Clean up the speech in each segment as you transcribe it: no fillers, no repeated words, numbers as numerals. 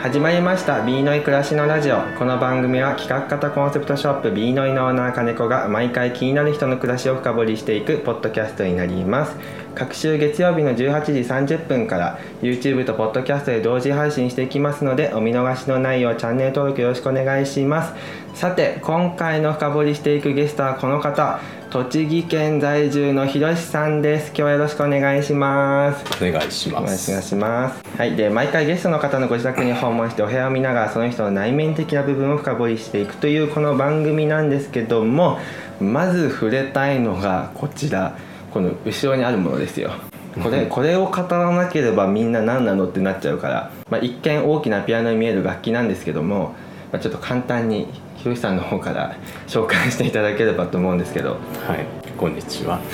始まりましたビーノイ暮らしのラジオ。この番組は企画型コンセプトショップビーノイのオーナー金子が毎回気になる人の暮らしを深掘りしていくポッドキャストになります。各週月曜日の18時30分から YouTube とポッドキャストで同時配信していきますので、お見逃しのないようチャンネル登録よろしくお願いします。さて、今回の深掘りしていくゲストはこの方、栃木県在住のひろしさんです。今日はよろしくお願いします。 お願いします。 お願いします。はい。で、毎回ゲストの方のご自宅に訪問してお部屋を見ながらその人の内面的な部分を深掘りしていくというこの番組なんですけども、まず触れたいのがこちら、この後ろにあるものですよ。これを語らなければみんな何なのってなっちゃうから、一見大きなピアノに見える楽器なんですけども、ちょっと簡単にひろしさんの方から紹介していただければと思うんですけど。 はい、こんにちは。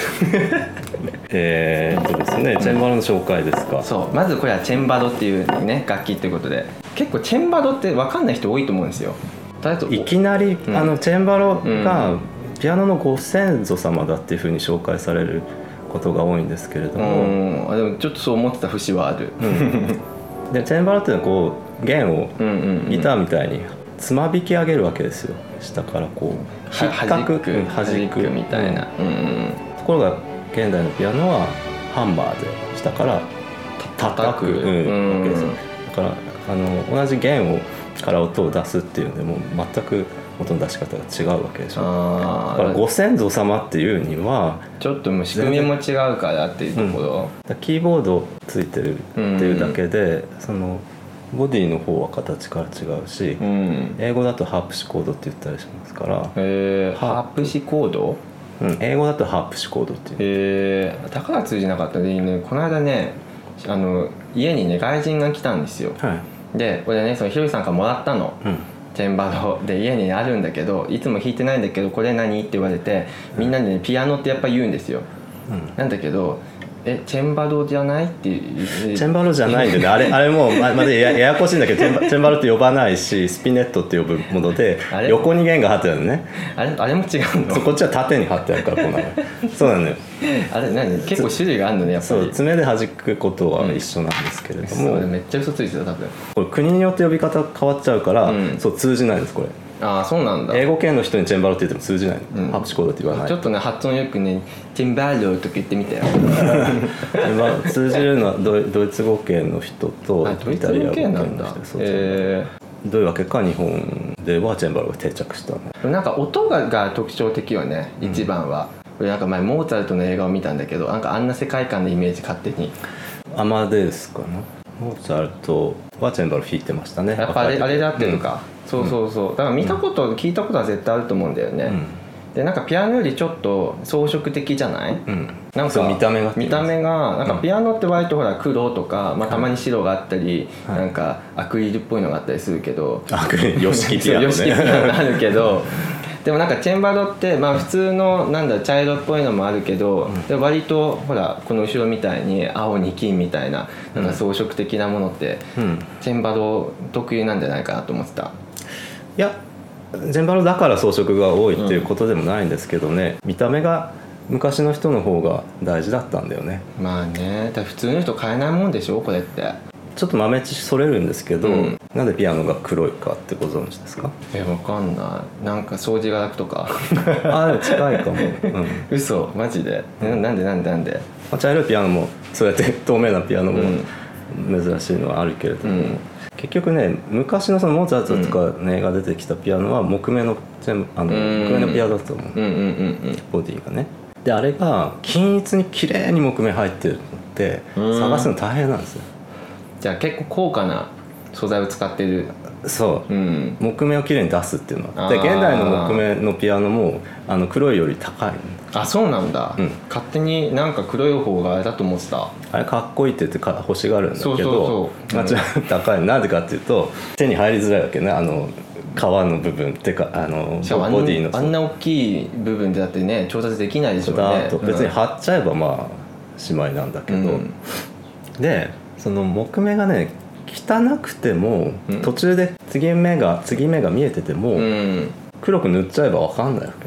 ですね、チェンバロの紹介ですか。 そう、まずこれはチェンバロっていうね、楽器っていうことで、結構チェンバロって分かんない人多いと思うんですよ。 いきなり、チェンバロがピアノのご先祖様だっていうふうに紹介されることが多いんですけれども、 でもちょっとそう思ってた節はある。 でチェンバロっていうのはこう弦をギターみたいにつまびき上げるわけですよ。下からこう弾くみたいな、 ところが現代のピアノはハンマーで下から叩くわけですよ。だから同じ弦から音を出すっていうのでも全く音の出し方が違うわけでしょ。だからご先祖様っていうにはちょっともう仕組みも違うからっていうところ、 キーボードついてるっていうだけで、そのボディの方は形から違うし、英語だとハープシコードって言ったりしますから。 ハープシコード、 英語だとハープシコードっていう。 だから通じなかったでね。この間ね、家にね外人が来たんですよ、でこれね、そのひろしさんからもらったの、チェンバロで家にあるんだけど、いつも弾いてないんだけどこれ何って言われて、みんなでねピアノってやっぱ言うんですよ、なんだけどチェンバロじゃないっていう。 チェンバロじゃないんでね、あれもまだややこしいんだけど、チェンバロって呼ばないし、スピネットって呼ぶもので、横に弦が張ってあるのね。 あれも違うの。 こっちは縦に張ってあるからこうなの。そうなのよ。 あれ何、結構種類があるのね、やっぱり。 そう、爪で弾くことは一緒なんですけれども、 めっちゃ嘘ついてた多分。 これ国によって呼び方変わっちゃうから、そう通じないんですこれ。 そうなんだ。 英語圏の人にチェンバロって言っても通じない、ハープシコードって言わない。 ちょっとね発音よくね、チェンバロとか言ってみたよ。 通じるのはドイツ語圏の人とイタリア語圏の人。どういうわけか日本ではチェンバロが定着したの。 なんか音が特徴的よね、一番は。なんか前モーツァルトの映画を見たんだけど、なんかあんな世界観のイメージ勝手に。 アマデウスかな。モーツァルトはチェンバロ弾いてましたね。 やっぱあれで合ってるのか、そうだから見たこと、聞いたことは絶対あると思うんだよね、でなんかピアノよりちょっと装飾的じゃない、なんか見た目がなんかピアノって割とほら黒とか、たまに白があったり、なんかアクリルっぽいのがあったりするけど、 ヨシキピアノね。 ヨシキピアノあるけどでもなんかチェンバロって普通の茶色っぽいのもあるけど、で割とほらこの後ろみたいに青に金みたいな、なんか装飾的なものって、チェンバロ特有なんじゃないかなと思ってた。 いや、チェンバロだから装飾が多いっていうことでもないんですけどね、見た目が昔の人の方が大事だったんだよね。 だ普通の人買えないもんでしょこれって。 ちょっと豆知識それるんですけど、なんでピアノが黒いかってご存知ですか？ わかんない。なんか掃除が楽とか。 でも近いかも。 嘘、マジで。なんで。 茶色いピアノもそうやって透明なピアノも珍しいのはあるけれども、結局ね、昔のそのモーツァルトとかの映画出てきたピアノは木目の木目のピアノだと思う。ボディがね。であれが均一に綺麗に木目入ってるのって探すの大変なんですよ。 じゃあ結構高価な素材を使ってる。 そう、木目をきれいに出すっていうのは。で現代の木目のピアノも黒いより高い。 そうなんだ、勝手になんか黒い方があれだと思ってた。 あれかっこいいって言って欲しがるんだけど、高い。なぜかっていうと手に入りづらいわけね、皮の部分っていうかボディのあんな大きい部分でだってね調達できないでしょうね。 別に貼っちゃえばしまいなんだけど、でその木目がね汚くても、途中で継ぎ目が見えてても、黒く塗っちゃえば分かんないわけね。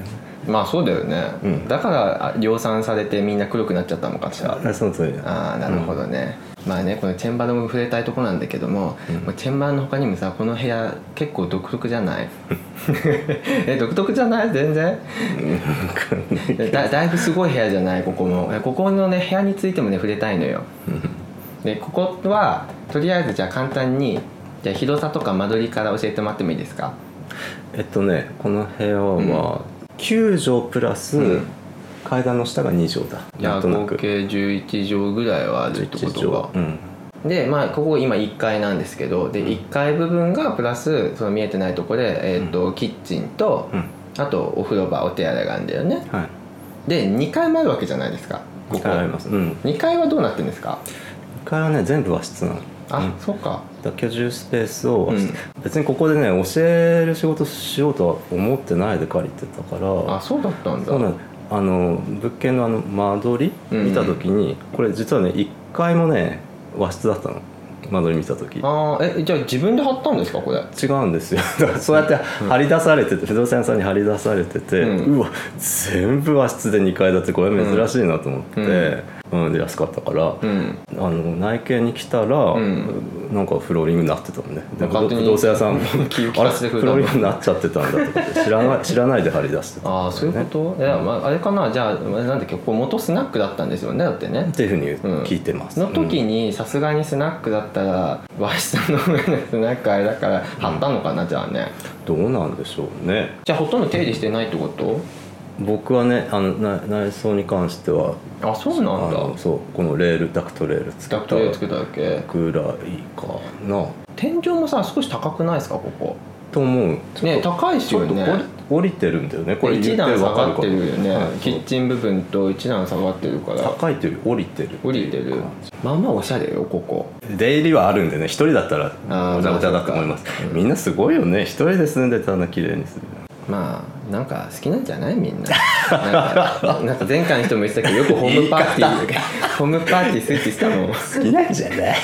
まあそうだよね、だから量産されてみんな黒くなっちゃったのかしら。 その通り。 ああなるほどね、まあねこのチェンバロも触れたいとこなんだけども、チェンバロの他にもさこの部屋結構独特じゃない独特じゃない全然だいぶすごい部屋じゃないここも。ここのね部屋についてもね触れたいのよでここはとりあえずじゃあ簡単にじゃあ広さとか間取りから教えてもらってもいいですか。 この部屋は9畳プラス階段の下が2畳だ。 じゃあ合計11畳ぐらいはあるってことが、でまあここ今1階なんですけどで1階部分がプラスその見えてないところで、キッチンと、あとお風呂場お手洗いがあるんだよね、で2階もあるわけじゃないですか。ここ 2階あります、 2階はどうなってるんですか。 2階はね全部和室なの。 そうか。 居住スペースを、別にここでね教える仕事しようとは思ってないで借りてたから。 そうだったんだ。 そうなの。物件の間取り見た時に、これ実はね1階もね和室だったの。間取り見た時。 じゃあ自分で貼ったんですかこれ。 違うんですよ。だからそうやって貼り出されてて、不動産屋さんに貼り出されてて、うわ全部和室で2階だってこれ珍しいなと思って、で安かったから、内見に来たら、なんかフローリングになってたもんね。で不動産屋さんもあれフローリングになっちゃってたんだとかって知らないで貼り出してた、 そういうこと。あれかな。じゃあなんだっけここ元スナックだったんですよねだってね。 っていうふうに聞いてます。 の時にさすがにスナックだったら和室の上のスナックあれだから貼ったのかな、じゃあね。 どうなんでしょうね。 じゃあほとんど手入れしてないってこと。 僕はね内装に関してはそうなんだ。 そうこのダクトレールつけたダクトレールつけただけぐらいかな。 天井もさ少し高くないですかここ。 と思うね。高いしよね。 降りてるんだよねこれ。 1段下がってるよね、キッンチン部分と1段下がってるから高いというより降りてる。 まあまあおしゃれよここ。 出入りはあるんでね。一人だったらお茶お茶だと思います。みんなすごいよね。一人で住んでたら綺麗にする。 まあなんか好きなんじゃないみんななんか前回の人も言ってたけどよくホームパーティーするって言ってたもん。 好きなんじゃない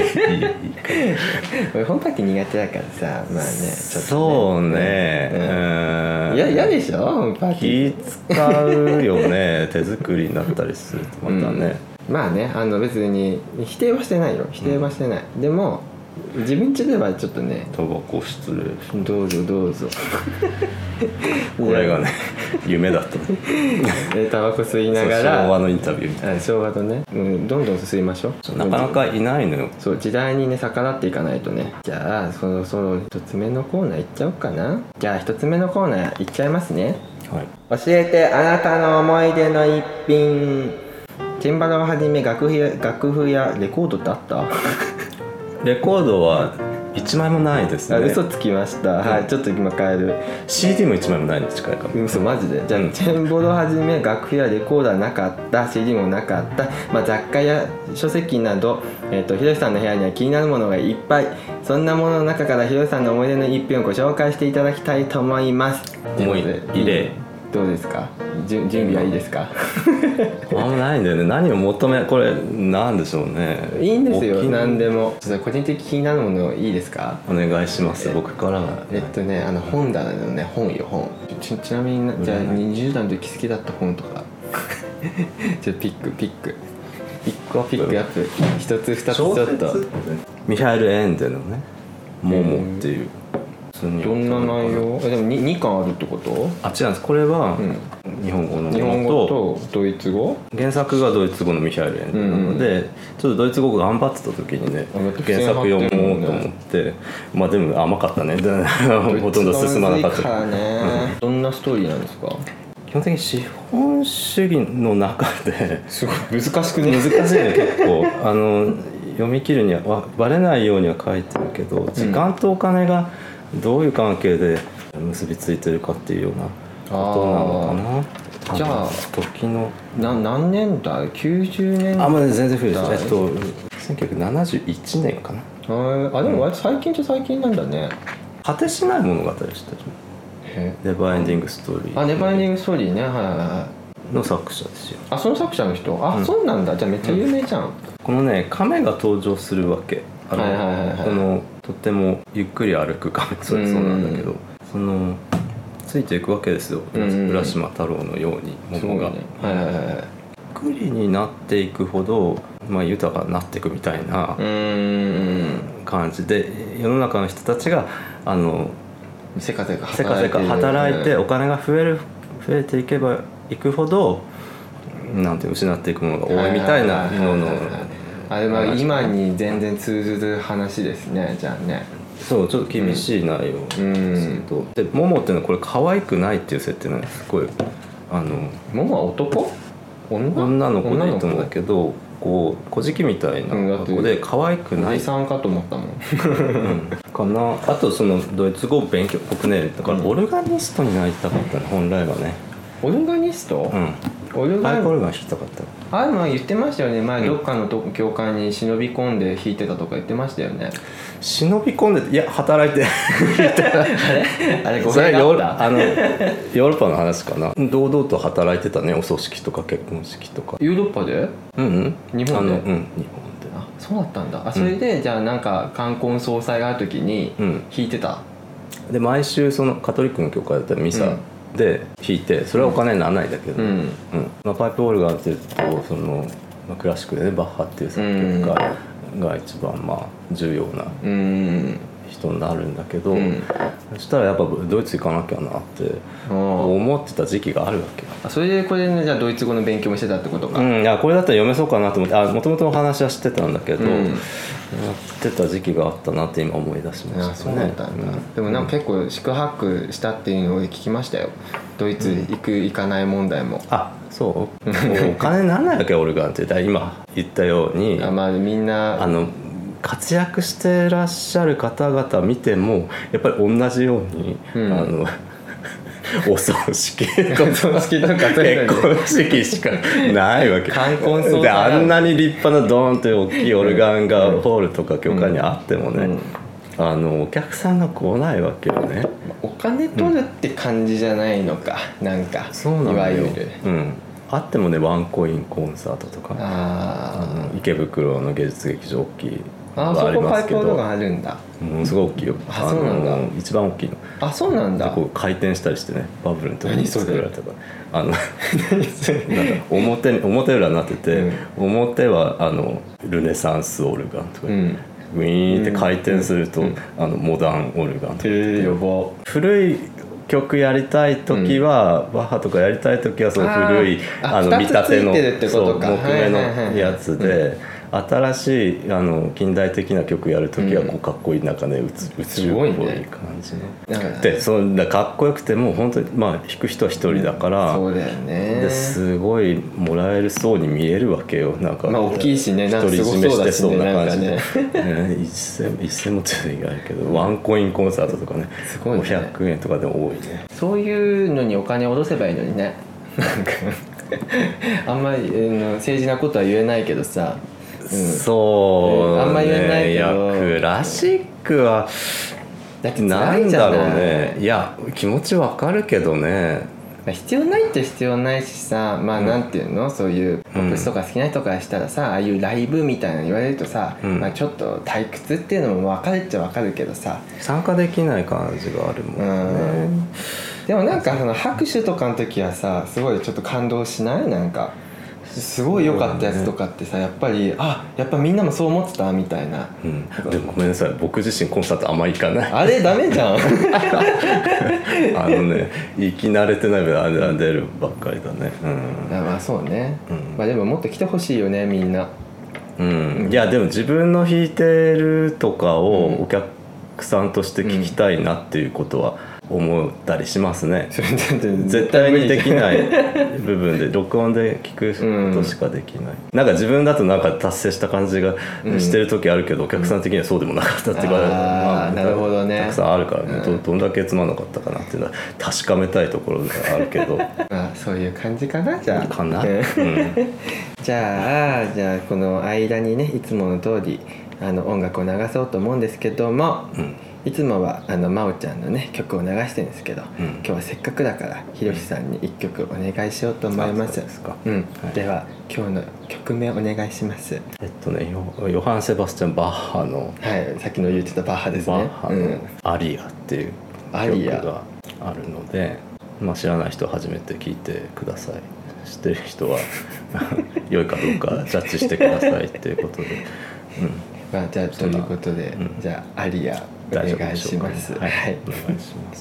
俺ホームパーティー苦手だからさ。まあねちょっとねそうね。 嫌でしょホームパーティー。 気使うよね手作りになったりするとまたね、 まあね別に否定はしてないよ。否定はしてない、でも自分家ではちょっとね。 タバコ失礼。 どうぞこれがね夢だったタバコ吸いながら昭和のインタビューみたいな。 昭和とね、どんどん吸いましょう。 なかなかいないのよ。 そう時代にね逆らっていかないとね。じゃあそろそろ1つ目のコーナーいっちゃおうかな。じゃあ1つ目のコーナーいっちゃいますね。教えてあなたの思い出の一品。チェンバロをはじめ楽譜やレコードってあったレコードは1枚もないですね。 嘘つきました、はい。ちょっと今変える。 CD も1枚もないに近いかも。 嘘マジで。じゃあ、チェンボロはじめ楽譜やレコードはなかった、 CD もなかった、雑貨や書籍など、ひろしさんの部屋には気になるものがいっぱい。そんなものの中からひろしさんの思い出の一品をご紹介していただきたいと思います。 思い入れどうですか。準備はいいですかあんまないんだよね。何を求めこれなんでしょうね。 いいんですよ何でも。ちょっと個人的気になるものいいですか。 お願いします。僕からは本棚のね本ちなみにじゃあ20代の時好きだった本とかちょっとピックアップ一つ二つちょっと。 ミハエル・エンデのねモモっていう。 どんな内容。でも 2巻あるってこと。 違うんです。これは日本語のものとドイツ語。 原作がドイツ語のミハエル・エンデなので、ちょっとドイツ語が頑張ってた時にね原作読もうと思って、まあでも甘かったねほとんど進まなかったからね。 どんなストーリーなんですか。 基本的に資本主義の中ですごい難しくね。 難しいね結構読み切るにはバレないようには書いてるけど、時間とお金がどういう関係で結びついてるかっていうようなことなのかな。 じゃあ時の何年代。90年代。 まあ全然古いです。1971年かな。 でも割と最近っちゃ最近なんだね。 果てしない物語でした。ネバーエンディングストーリー。 ネバーエンディングストーリーね。 の作者ですよ。 その作者の人。そうなんだ。じゃあめっちゃ有名じゃん。 このね亀が登場するわけ。このとってもゆっくり歩く亀。そうなんだけど、そのついていくわけですよ、浦島太郎のように桃が、ゆっくりになっていくほど、豊かになっていくみたいな感じで、世の中の人たちがせかせか働いてお金が増えていけばいくほどなんて失っていくものが多いみたいなのの、 あれは今に全然通ずる話ですね。じゃあね、 そうちょっと厳しい内容ですけど、でモモっていうのはこれ可愛くないっていう設定なんです。すごいモモは男？ 女の子でいいと思うんだけど、こう小じみたいな子で可愛くない、 おじさんかと思ったもんかな。あとそのドイツ語勉強、僕ねだからオルガニストになりたかったね、本来はね。 オルガニスト？ パイプオルガン弾きたかった。 言ってましたよね前、どっかの教会に忍び込んで弾いてたとか言ってましたよね。 忍び込んでて、いや働いてあれそれはヨーロッパの話かな。堂々と働いてたね、お葬式とか結婚式とか。 ヨーロッパで？日本で？日本で。あ、そうだったんだ。それでじゃあなんか冠婚葬祭がある時に弾いてた。 で毎週そのカトリックの教会だったらミサで弾いて、それはお金にならないんだけど、パイプオルガンっていうとその、クラシックでねバッハっていう作曲家が一番重要な人になるんだけど、そしたらやっぱドイツ行かなきゃなって思ってた時期があるわけよ。 それでこれで、じゃあドイツ語の勉強もしてたってことか。 いやこれだったら読めそうかなと思って、もともとの話は知ってたんだけど、やってた時期があったなって今思い出しましたね。 そうだったんだ。でもなんか結構宿泊したっていうのを聞きましたよ、ドイツ行かない問題も。 そうお金にならないわけよオルガンって。今言ったようにみんな活躍してらっしゃる方々見てもやっぱり同じように、お葬式とか結婚式しかないわけ。 冠婚葬祭であんなに立派なドーンという大きいオルガンがホールとか教会にあってもね、お客さんが来ないわけよね。 お金取るって感じじゃないのか、なんかそうなんだよ。 いわゆるあってもね、ワンコインコンサートとか池袋の芸術劇場大きいそこパイプオルガンあるんだ。 ものすごい大きいよ。 そうなんだ。 一番大きいの。 そうなんだ。 こう回転したりしてね、バブルの時に作られたからなんか表裏になってて、表はルネサンスオルガンとか、ウィーンって回転するとモダンオルガンとか、古い曲やりたい時は、バッハとかやりたい時はその古い見立ての木目のやつで、新しい近代的な曲やる時はこうかっこいい中ね、宇宙っぽい感じので、そんなかっこよくても本当に弾く人は一人だから、 そうだよね。 ですごいもらえるそうに見えるわけよ。なんか大きいしね、 独り占めしてそうな感じで、一銭もついてないけど、ワンコインコンサートとかね、500円とかでも多いね。 そういうのにお金を下ろせばいいのにね。なんかあんまり政治なことは言えないけどさ、 そう、 あんま言えないけど、 クラシックはだってなんだろうね。いや気持ちわかるけどね、 必要ないって必要ないしさ、なんていうの、そういうポップスとか好きな人からしたらさ、ああいうライブみたいなの言われるとさ、ちょっと退屈っていうのも分かるっちゃ分かるけどさ、 参加できない感じがあるもんね。 でもなんかその拍手とかの時はさ、すごいちょっと感動しない？なんかすごい良かったやつとかってさ、やっぱりやっぱみんなもそう思ってたみたいな、 でもごめんなさい、僕自身コンサートあんま行かない。 あれダメじゃん行き慣れてない分あれ出るばっかりだね。 そうね、でももっと来てほしいよね、みんな。 いやでも自分の弾いてるとかをお客さんとして聞きたいなっていうことは思ったりしますね。絶対にできない部分で録音で聞くことしかできない、なんか自分だとなんか達成した感じがしてる時あるけど、お客さん的にはそうでもなかったっていうか、 なるほどね、 たくさんあるからね、どんだけつまんなかったかなっていうのは確かめたいところがあるけどそういう感じかな、じゃあかな、 じゃあこの間にね、いつもの通り音楽を流そうと思うんですけども、いつもは真央ちゃんのね曲を流してるんですけど、今日はせっかくだからひろしさんに1曲お願いしようと思います。では今日の曲名お願いします。 ヨハン・セバスチャン・バッハの、 さっきの言ってたバッハですね。 バッハのアリアっていう曲があるので、知らない人は初めて聞いてください。知ってる人は良いかどうかジャッジしてくださいっていうことで、 じゃあということで、じゃあアリアお願いします。 はい、お願いします。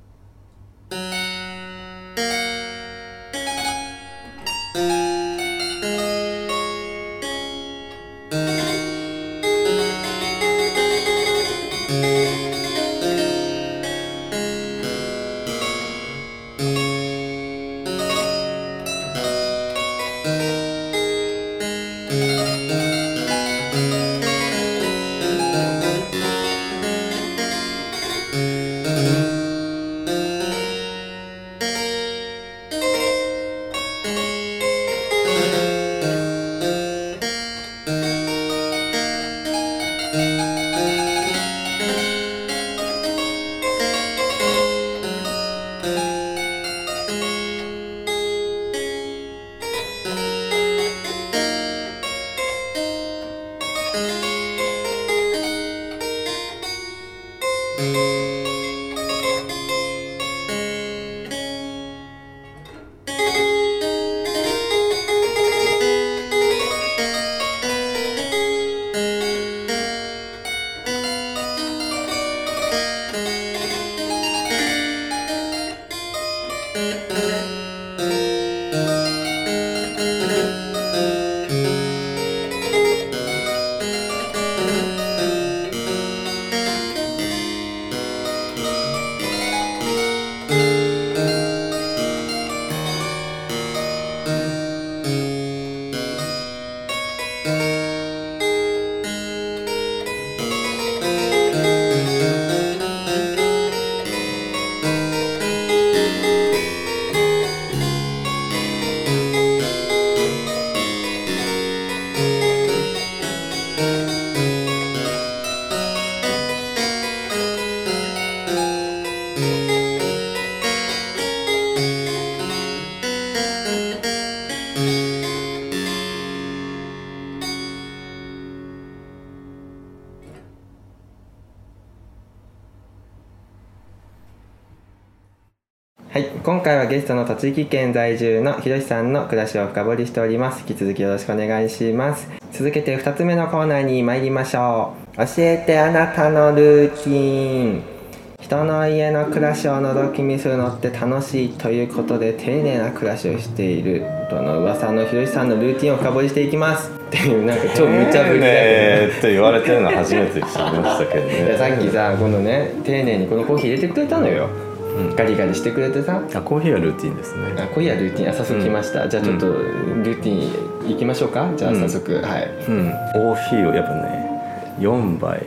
はい、今回はゲストの栃木県在住のひろしさんの暮らしを深掘りしております。引き続きよろしくお願いします。続けて2つ目のコーナーに参りましょう。教えてあなたのルーティン。人の家の暮らしを覗き見するのって楽しいということで、丁寧な暮らしをしているとの噂のひろしさんのルーティンを深掘りしていきますっていう、なんか超無茶ぶりだよって言われてるのは初めて知りましたけどね。 いや、さっきさ、このね、丁寧にこのコーヒー入れてくれたのよ。ガリガリしてくれてさ。 コーヒーはルーティンですね。 コーヒーはルーティン。早速来ました。じゃあちょっとルーティンいきましょうか。じゃあ早速、はい。 コーヒーをやっぱね4杯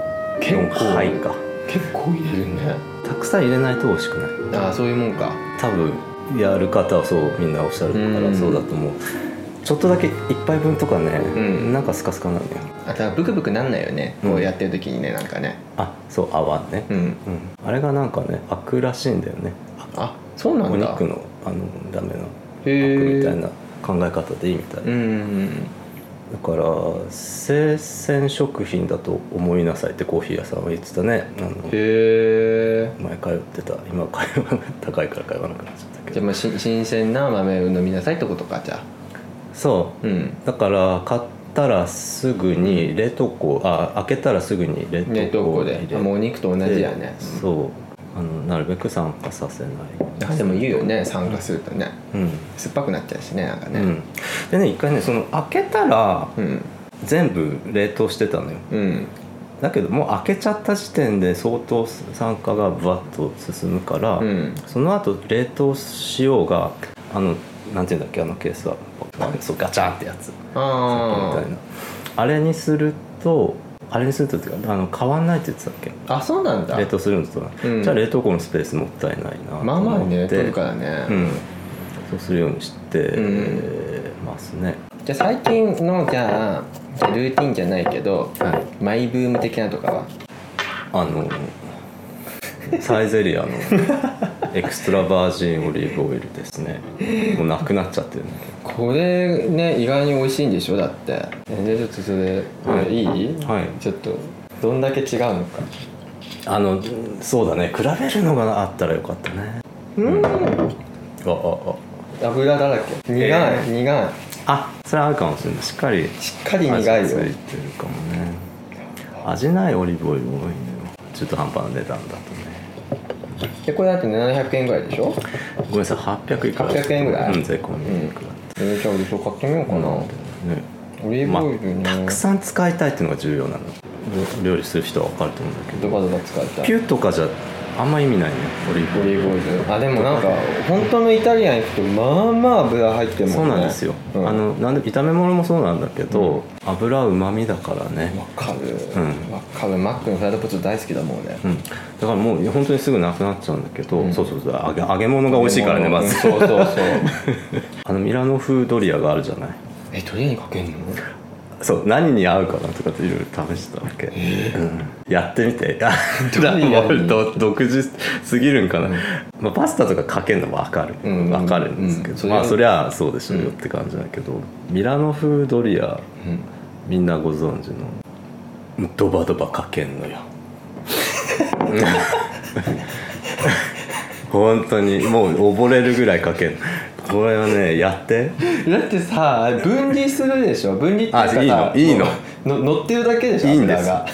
4杯か。 結構入れるね。 たくさん入れないと美味しくない。 ああ、そういうもんか。 多分やる方はそうみんなおっしゃるからそうだと思う。ちょっとだけ1杯分とかね、なんかスカスカなのよ。 あとブクブクなんないよね、こうやってる時にね、なんかね。 あ、そう、泡ね。あれがなんかね、開くらしいんだよね。 あ、そうなんだ。 お肉のダメな開くみたいな考え方でいいみたいな。だから生鮮食品だと思いなさいってコーヒー屋さんは言ってたね。 へえ。 前通ってた。今高いから通わなくなっちゃったけど。 じゃあ新鮮な豆を飲みなさいってことか。じゃあそう、だから買ったらすぐに冷凍庫、開けたらすぐに冷凍庫で入れて、 もうお肉と同じやね。 そうなるべく酸化させない。 でも言うよね、酸化するとね、酸っぱくなっちゃうしね、なんかね。 でね、一回ね、その開けたら、全部冷凍してたのよ。だけどもう開けちゃった時点で相当酸化がブワッと進むから、その後冷凍しようがなんていうんだっけ、ケースはそうガチャンってやつ、さっきみたいなあれにするとっていうか変わんないって言ってたっけ。 あ、そうなんだ。 冷凍するのと、じゃあ冷凍庫のスペースもったいないなと思って、 まあまあね、取るからね、 そうするようにしてますね。 じゃあ最近のじゃあルーティンじゃないけど、マイブーム的なとかはサイゼリアのエクストラバージンオリーブオイルですね。もうなくなっちゃってるね。 これね、意外に美味しいんでしょ。だってでちょっとそれ、いい？ちょっとどんだけ違うのか。 そうだね、比べるのがあったらよかったね。 油だらけ、苦い、苦い。 それはあるかもしれない。しっかり苦いよ。 味がついてるかもね。味ないオリーブオイル多いのよ、中途半端な値段だとね。 でこれだって700円ぐらいでしょ。 ごめんなさい、800いくら 800円ぐらい、 税込みいくらって、 じゃあ俺そう買ってみようかな、ね、オリーブオイルね、 たくさん使いたいっていうのが重要なの。料理する人は分かると思うんだけど、 ドバドバ使いたい。 ピュッとかじゃあんま意味ないね、オリーブオイル。 でもなんか本当のイタリアン行くとまあまあ油入ってるもんね。 そうなんですよ、なんで炒め物もそうなんだけど、油はうまみだからね。 わかる、マックのフライドポテト大好きだもんね、 だからもう本当にすぐなくなっちゃうんだけど、そう揚げ物が美味しいからね、まず。 そうミラノ風ドリアがあるじゃない。 ドリアにかけんの？ そう、何に合うかなとかっていろいろ試したわけ、やってみて。独自すぎるんかな、パスタとかかけるのも分かる、分かるんですけど、そりゃそうでしょうよって感じだけど、ミラノ風ドリア、みんなご存知のドバドバかけんのよ。本当にもう溺れるぐらいかける。これはね、やってだってさ、分離するでしょ。分離っていうかさ、 いいの乗ってるだけでしょ、油が。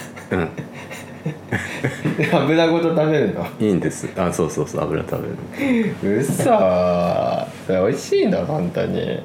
油ごと食べるの。 いいんです。そう油食べる。 うそ、それ美味しいの本当に。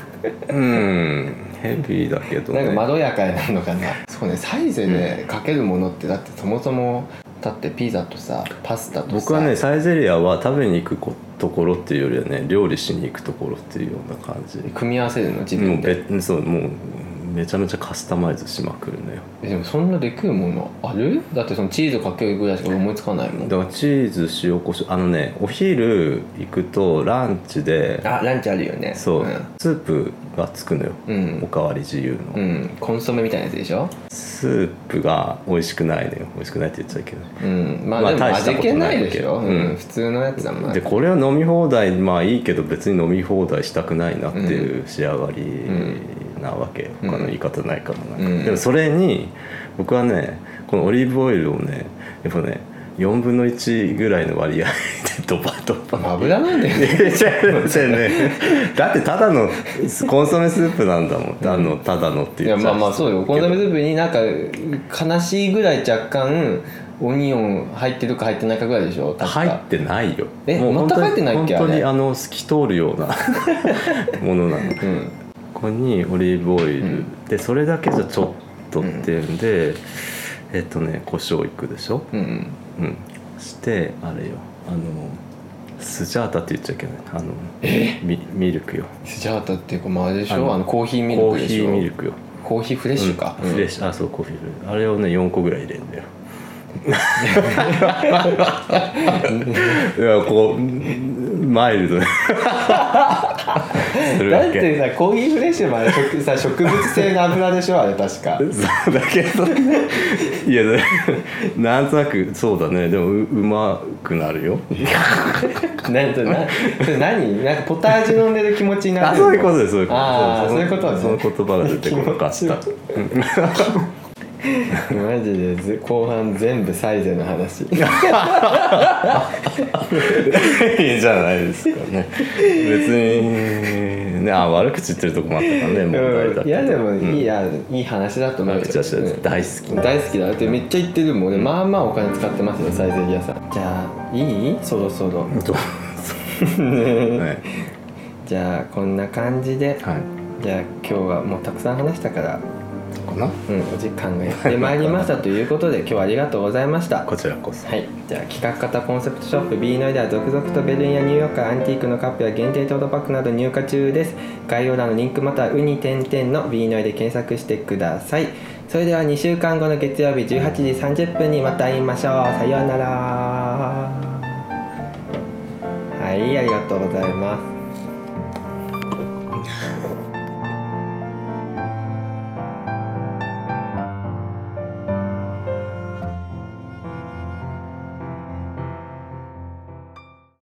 ヘビーだけどね。 なんかまろやかになるのかな。そうね、サイゼでかけるものってだってそもそもだってピザとさパスタとさ。 僕はね、サイゼリアは食べに行くところっていうよりはね、料理しに行くところっていうような感じ。 組み合わせるの自分で。 もうめちゃめちゃカスタマイズしまくるのよ。 でもそんなできるものある？だってそのチーズかけるぐらいしか思いつかないもん。 だからチーズ、塩コショウ、お昼行くとランチで、 ランチあるよね。 そう、スープがつくのよ、おかわり自由の、 コンソメみたいなやつでしょ。 スープが美味しくないのよ。美味しくないって言っちゃいけない、 でも味気ないでしょ、普通のやつだもん。 でこれは飲み放題、いいけど別に飲み放題したくないなっていう仕上がりなわけ、他の言い方ないかもな、でもそれに僕はね、このオリーブオイルをね、やっぱね4分の1ぐらいの割合でドバドバ油なんだよね。 だってただのコンソメスープなんだもん、ただのって言っちゃう。 いやそうよ、コンソメスープになんか悲しいぐらい若干オニオン入ってるか入ってないかぐらいでしょ。 入ってないよ。 もう全く入ってないっけ。 本当に透き通るようなものなの、ここにオリーブオイル、でそれだけじゃちょっとっていうんで、胡椒いくでしょ、してあれよ、スジャータって言っちゃいけない、ミルクよ。 スジャータっていうかあれでしょ、コーヒーミルクでしょ。 コーヒーミルクよ。 コーヒーフレッシュか、 フレッシュ、そうコーヒー、あれをね4個ぐらい入れるんだよ。いやこうマイルドだってさ、コーヒーフレッシュまで植物性の油でしょあれ確か。 そうだけどいやなんとなくそうだね。でもうまくなるよ。 なんかポタージュ飲んでる気持ちになる。 そういうことです。そういうこと。 そういうことね。 その言葉が出てこなかった。 マジで後半全部サイゼの話。いいじゃないですかね。別にね、悪口言ってるとこもあったからね、問題だけど。 いやでもいい話だと思うよ。 悪口は大好き。 大好きだってめっちゃ言ってるもんね。まあまあお金使ってますよ、サイゼリヤさん。じゃあいい？そろそろ。じゃあこんな感じで、じゃあ今日はもうたくさん話したからお時間がやってまいりましたということで今日はありがとうございました。 こちらこそ。 はい、じゃあ企画型コンセプトショップ B ノイでは続々とベルリンやニューヨークアンティークのカップや限定トートパックなど入荷中です。概要欄のリンクまたはウニ点々の B ノイで検索してください。それでは2週間後の月曜日18時30分にまた会いましょう。さようなら。はい、ありがとうございます。